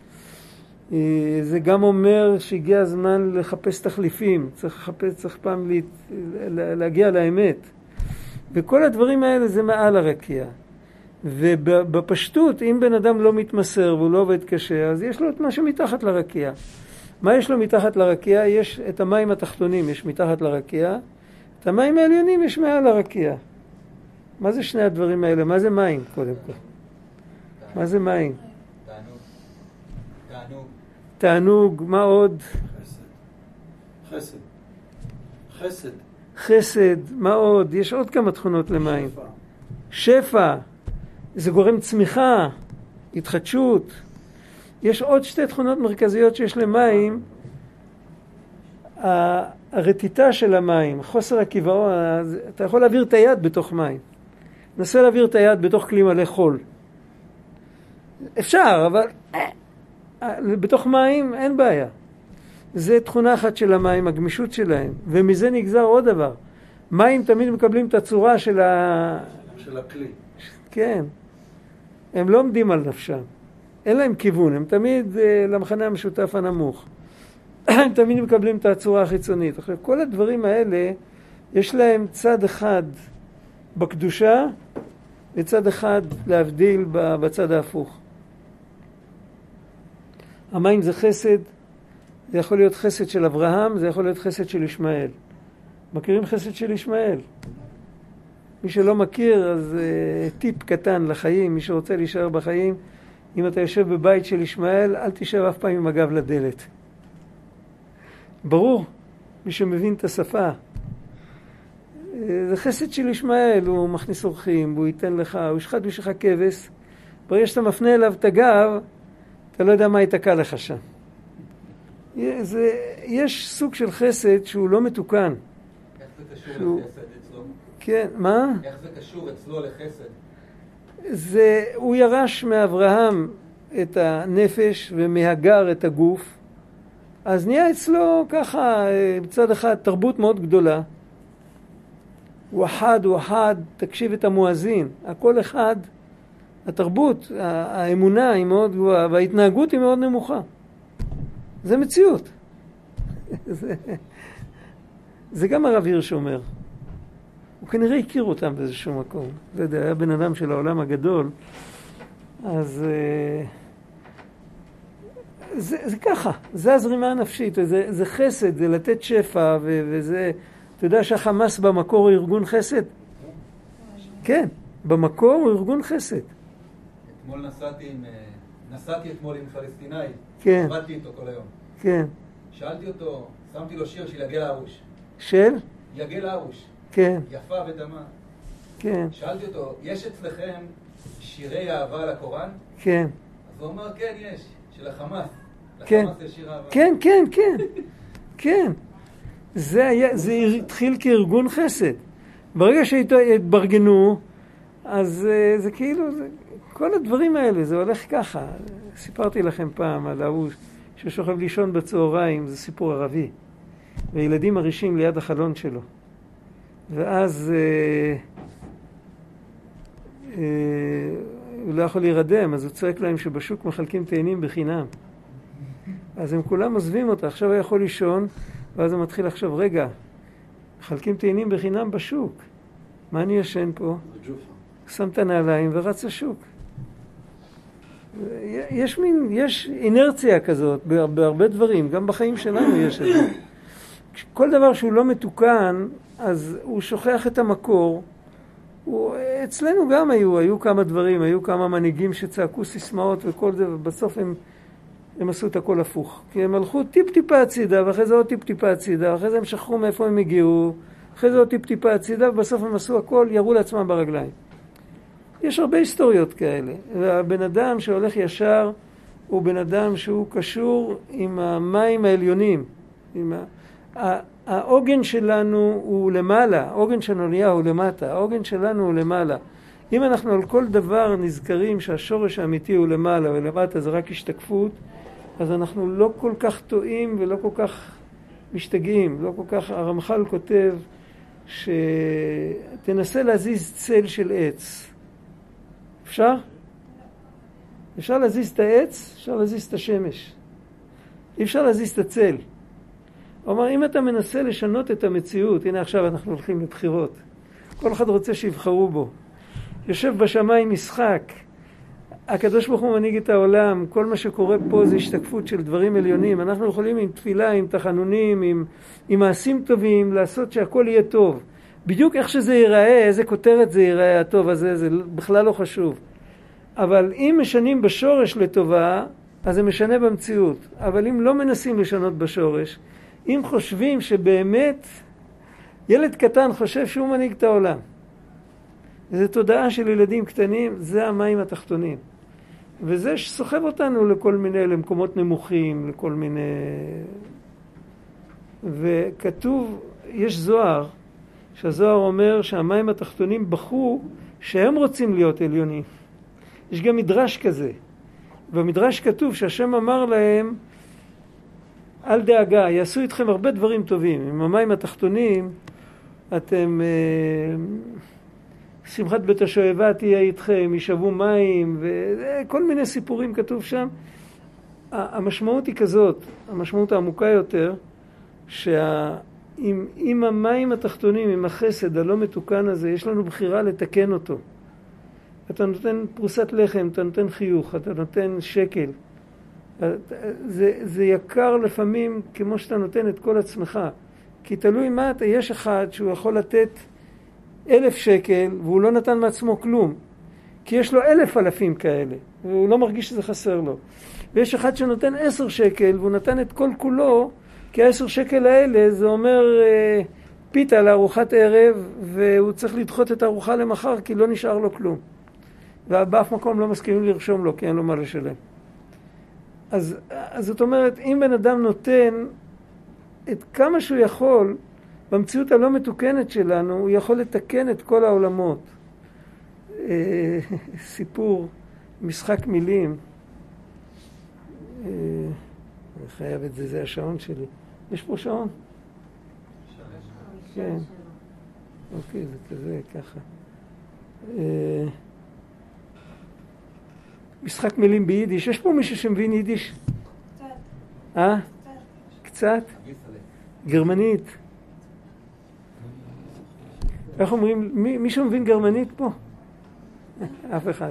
זה גם אומר שהגיע הזמן לחפש תחליפים, צריך פעם להגיע לאמת. וכל הדברים האלה זה מעל הרקיע. ובפשטות, אם בן אדם לא מתמסר והוא לא עובד קשה, אז יש לו את מה שמתחת לרקיע. מה יש לו מתחת לרקיע? יש את המים התחתונים, יש מתחת לרקיע. את המים העליונים יש מעל הרקיע. מה זה שני הדברים האלה? מה זה מים, קודם כל? מה זה מים? תענוג, מה עוד? חסד, מה עוד? יש עוד כמה תכונות למים. שפע, זה גורם צמיחה, התחדשות. יש עוד שתי תכונות מרכזיות שיש למים. הרטיטה של המים, חוסר הקיבעון, אתה יכול להעביר את היד בתוך מים. נסה להעביר את היד בתוך כלי מלא חול. אפשר, אבל בתוך מים אין בעיה. זה תכונה אחת של המים, הגמישות שלהם. ומזה נגזר עוד דבר. מים תמיד מקבלים את הצורה של הכלי. כן. הם לא עומדים על נפשם. אין להם כיוון, הם תמיד למחנה המשותף הנמוך. הם תמיד מקבלים את הצורה החיצונית. עכשיו, כל הדברים האלה, יש להם צד אחד בקדושה, וצד אחד להבדיל בצד ההפוך. המים זה חסד, זה יכול להיות חסד של אברהם, זה יכול להיות חסד של ישמעאל. מכירים חסד של ישמעאל? מי שלא מכיר, אז טיפ קטן לחיים, מי שרוצה להישאר בחיים, אם אתה יושב בבית של ישמעאל, אל תישב אף פעם עם הגב לדלת. ברור, מי שמבין את השפה. זה חסד של ישמעאל, הוא מכניס אורחים, הוא ייתן לך, הוא ישחט בשבילך כבש. ברגע שאתה מפנה אליו את הגב, אתה לא יודע מה יתקע לך שם. יש סוג של חסד שהוא לא מתוקן. איך זה קשור לחסד אצלו? כן, מה? איך זה קשור אצלו לחסד? הוא ירש מאברהם את הנפש ומהגר את הגוף, אז נהיה אצלו ככה, בצד אחד, תרבות מאוד גדולה. הוא אחד, תקשיב את המואזין, הכל אחד, התרבות, האמונה היא מאוד גבוהה, וההתנהגות היא מאוד נמוכה. זה מציאות. זה גם הרב הירש אומר. הוא כנראה הכיר אותם באיזשהו מקום. לא יודע, היה בן אדם של העולם הגדול. אז זה ככה, זה הזרימה הנפשית, זה חסד, זה לתת שפע, וזה, אתה יודע שהחמאס במקור הוא ארגון חסד? כן, במקור הוא ארגון חסד. אתמול נסעתי אתמול עם פלסטינאי, כן. עבדתי איתו כל היום. כן. שאלתי אותו, שמתי לו שיר של יגל הרוש. של? יגל הרוש. כן. יפה ודמה. כן. שאלתי אותו, יש אצלכם שירי אהבה לקוראן? כן. אז הוא אומר, כן, יש, של החמאס. כן. לחמאס יש שיר אהבה. כן, כן, כן. כן. זה התחיל כארגון חסד. ברגע שהתברגנו, אז זה כאילו, כל הדברים האלה, זה הולך ככה. סיפרתי לכם פעם על ההוא ששוכב לישון בצהריים, זה סיפור ערבי. וילדים מרישים ליד החלון שלו. ואז הוא לא יכול להירדם, אז הוא צועק להם שבשוק מחלקים תאנים בחינם. אז הם כולם עוזבים אותה, עכשיו הוא יכול לישון, ואז הוא מתחיל לחשוב, רגע, מחלקים תאנים בחינם בשוק. מה אני ישן פה? שם את הנעליים ורץ לשוק. יש אינרציה כזאת בהרבה דברים, גם בחיים שלנו יש את זה. כל דבר שהוא לא מתוקן, אז הוא שוכח את המקור. אצלנו גם היו כמה דברים, היו כמה מנהיגים שצעקו סיסמאות וכל זה, ובסוף הם עשו את הכל הפוך. כי הם הלכו טיפ-טיפה הצידה, ואחרי זה עוד טיפ-טיפה הצידה, ואחרי זה הם שכחו מאיפה הם הגיעו, אחרי זה עוד טיפ-טיפה הצידה, ובסוף הם עשו הכל, ירו לעצמם ברגליים. יש הרבה היסטוריות כאלה. והבן אדם שהולך ישר, הוא בן אדם שהוא קשור עם המים העליונים. העוגן שלנו הוא למעלה, העוגן של האונייה הוא למטה, העוגן שלנו הוא למעלה. אם אנחנו על כל דבר נזכרים שהשורש האמיתי הוא למעלה ולמטה זה רק השתקפות, אז אנחנו לא כל כך טועים ולא כל כך משתגעים, לא כל כך. הרמח"ל כותב שתנסה להזיז צל של עץ. אפשר? אפשר להזיז את העץ, אפשר להזיז את השמש. אי אפשר להזיז את הצל. הוא אומר, אם אתה מנסה לשנות את המציאות, הנה עכשיו אנחנו הולכים לבחירות. כל אחד רוצה שיבחרו בו. יושב בשמיים משחק. הקדוש ברוך הוא מנהיג את העולם. כל מה שקורה פה זה השתקפות של דברים עליונים. אנחנו יכולים עם תפילה, עם תחנונים, עם מעשים טובים, לעשות שהכל יהיה טוב. בדיוק איך שזה ייראה, איזה כותרת זה ייראה הטוב הזה, זה בכלל לא חשוב. אבל אם משנים בשורש לטובה, אז זה משנה במציאות. אבל אם לא מנסים לשנות בשורש, אם חושבים שבאמת ילד קטן חושב שהוא מנהיג את העולם, זו תודעה של ילדים קטנים, זה המים התחתונים. וזה שסוחב אותנו לכל מיני, למקומות נמוכים, לכל מיני... וכתוב, יש זוהר, שהזוהר אומר שהמים התחתונים בחו שהם רוצים להיות עליונים. יש גם מדרש כזה. במדרש כתוב שהשם אמר להם, אל דאגה, יעשו איתכם הרבה דברים טובים. עם המים התחתונים, אתם... שמחת בית השואבה תהיה איתכם, ישבו מים, וכל מיני סיפורים כתוב שם. המשמעות היא כזאת, המשמעות העמוקה יותר, עם המים התחתונים, עם החסד הלא מתוקן הזה, יש לנו בחירה לתקן אותו. אתה נותן פרוסת לחם, אתה נותן חיוך, אתה נותן שקל. זה יקר לפעמים כמו שאתה נותן את כל עצמך. כי תלוי מה אתה, יש אחד שהוא יכול לתת 1,000 שקל והוא לא נתן מעצמו כלום. כי יש לו 1,000 כאלה והוא לא מרגיש שזה חסר לו. ויש אחד שנותן 10 שקל והוא נתן את כל כולו, כי 10 שקל האלה זה אומר פיתה לארוחת ערב, והוא צריך לדחות את הארוחה למחר כי לא נשאר לו כלום. ובאף מקום לא מסכימים לרשום לו כי אין לו מה לשלם. אז זאת אומרת, אם בן אדם נותן את כמה שהוא יכול, במציאות הלא מתוקנת שלנו, הוא יכול לתקן את כל העולמות. סיפור, משחק מילים. אני חייב את זה, זה השעון שלי. יש פה שעון? כן. אוקיי, זה כזה, ככה. משחק מילים ביידיש. יש פה מישהו שמבין יידיש? קצת. קצת? גרמנית. איך אומרים? מישהו מבין גרמנית פה? אף אחד.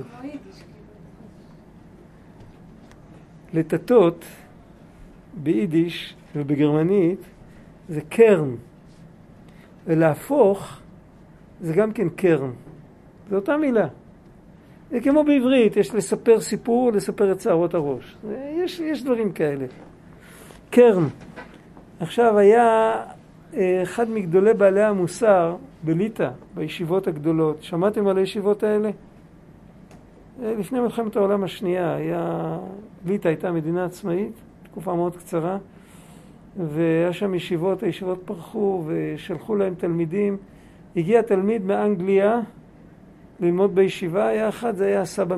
לטטות ביידיש ובגרמנית זה קרן. ולהפוך זה גם כן קרן. זו אותה מילה. זה כמו בעברית, יש לספר סיפור, לספר את שערות הראש. יש דברים כאלה. קרן. עכשיו היה אחד מגדולי בעלי המוסר בליטא, בישיבות הגדולות. שמעתם על הישיבות האלה? לפני מלחמת העולם השנייה, ליטא הייתה מדינה עצמאית, תקופה מאוד קצרה, והיה שם ישיבות, הישיבות פרחו ושלחו להם תלמידים. הגיע תלמיד מאנגליה ללמוד בישיבה, היה אחד, זה היה סבא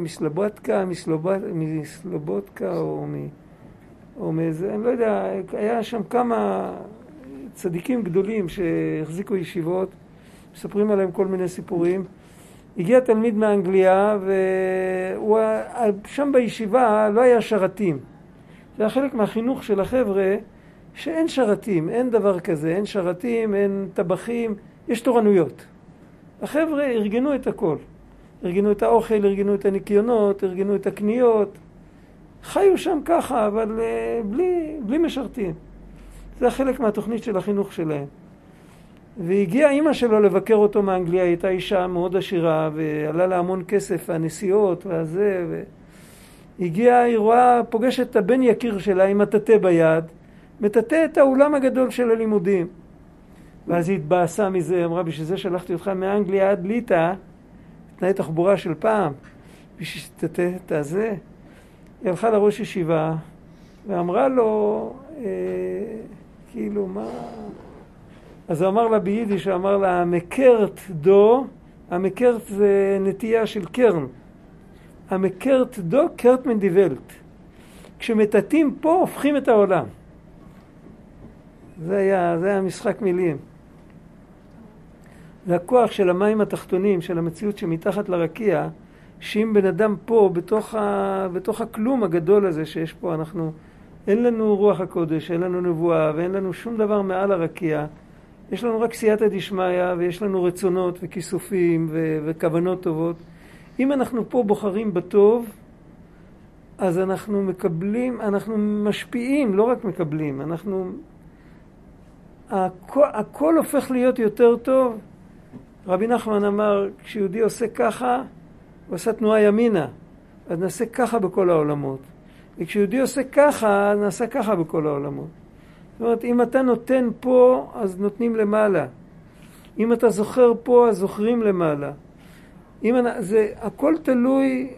מסלובודקה או מאיזה, אני לא יודע, היה שם כמה צדיקים גדולים שהחזיקו ישיבות, מספרים עליהם כל מיני סיפורים. הגיע תלמיד מאנגליה, ושם בישיבה לא היה שרתים. זה היה חלק מהחינוך של החבר'ה, שאין שרתים, אין דבר כזה, אין שרתים, אין טבחים, יש תורנויות. החבר'ה ארגנו את הכל. ארגנו את האוכל, ארגנו את הניקיונות, ארגנו את הקניות. חיו שם ככה, אבל בלי משרתים. זה חלק מהתוכנית של החינוך שלהם. והגיעה אמא שלו לבקר אותו מאנגליה, היא הייתה אישה מאוד עשירה, ועלה לה המון כסף, והנסיעות, והזה, הגיעה, היא רואה, פוגשת את הבן יקיר שלה עם מטאטא ביד, מטאטא את האולם הגדול של הלימודים. ואז היא התבאסה מזה, אמרה, בשביל זה שלחתי אותך מאנגליה עד ליטא, תנאי תחבורה של פעם, בשביל שתטאטא את הזה. היא הלכה לראש ישיבה, ואמרה לו, כאילו, מה... אז הוא אמר לה ביידיש, הוא אמר לה, המקרת דו, המקרת זה נטייה של קרן. המקרת דו, קרט מן די ולט. כשמטאטאים פה, הופכים את העולם. זה היה משחק מילים. זה הכוח של המים התחתונים, של המציאות שמתחת לרקיע, שאם בן אדם פה, בתוך הכלום הגדול הזה שיש פה, אין לנו רוח הקודש, אין לנו נבואה, ואין לנו שום דבר מעל הרקיע. יש לנו רק סייעתא דשמיא, ויש לנו רצונות וכיסופים וכוונות טובות. אם אנחנו פה בוחרים בטוב, אז אנחנו מקבלים, אנחנו משפיעים, לא רק מקבלים, הכל הופך להיות יותר טוב. רבי נחמן אמר, כשיהודי עושה ככה, הוא עושה תנועה ימינה, אז נעשה ככה בכל העולמות. וכשיהודי עושה ככה, נעשה ככה בכל העולמות. זאת אומרת, אם אתה נותן פה, אז נותנים למעלה. אם אתה זוכר פה, אז זוכרים למעלה. הכל תלוי,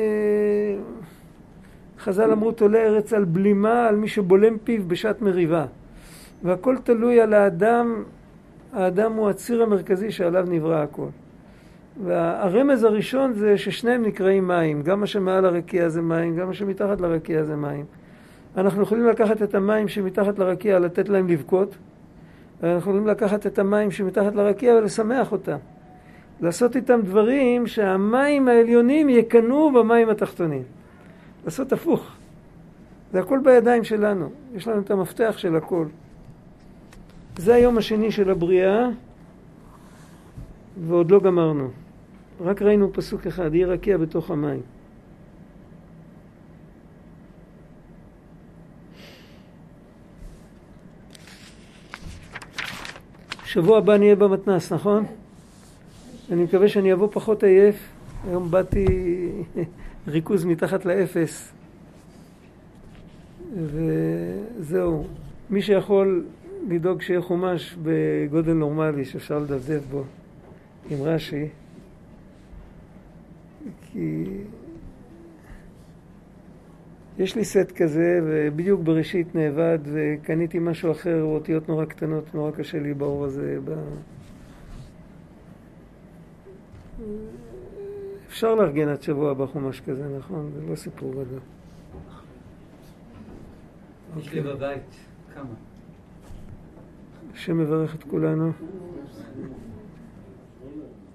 חז"ל אמרו, תולה ארץ על בלימה, על מי שבולם פיו בשעת מריבה. והכל תלוי על האדם, האדם הוא הציר המרכזי שעליו נברא הכל. והרמז הראשון זה ששניהם נקראים מים, גם מה שמעל הרקיע זה מים, גם מה שמתחת לרקיע זה מים. אנחנו יכולים לקחת את המים שמתחת לרקיע, לתת להם לבכות, ואנחנו יכולים לקחת את המים שמתחת לרקיע ולשמח אותם. לעשות איתם דברים שהמים העליונים יקנו במים התחתונים. לעשות הפוך. זה הכל בידיים שלנו. יש לנו את המפתח של הכל. זה היום השני של הבריאה, ועוד לא גמרנו. רק ראינו פסוק אחד, יהיה רקיע בתוך המים. שבוע הבא נהיה במתנ"ס, נכון? אני מקווה שאני אבוא פחות עייף. היום באתי ריכוז מתחת לאפס. וזהו. מי שיכול לדאוג שיהיה חומש בגודל נורמלי, שאפשר לדפדף בו עם רש"י. כי יש לי סט כזה, ובדיוק בראשית נאבד, וקניתי משהו אחר, אותיות נורא קטנות, נורא קשה לי באור הזה. אפשר לארגן עד שבוע הבא חומש כזה, נכון? זה לא סיפור גדול. יש לי בבית, כמה? השם מברך את כולנו.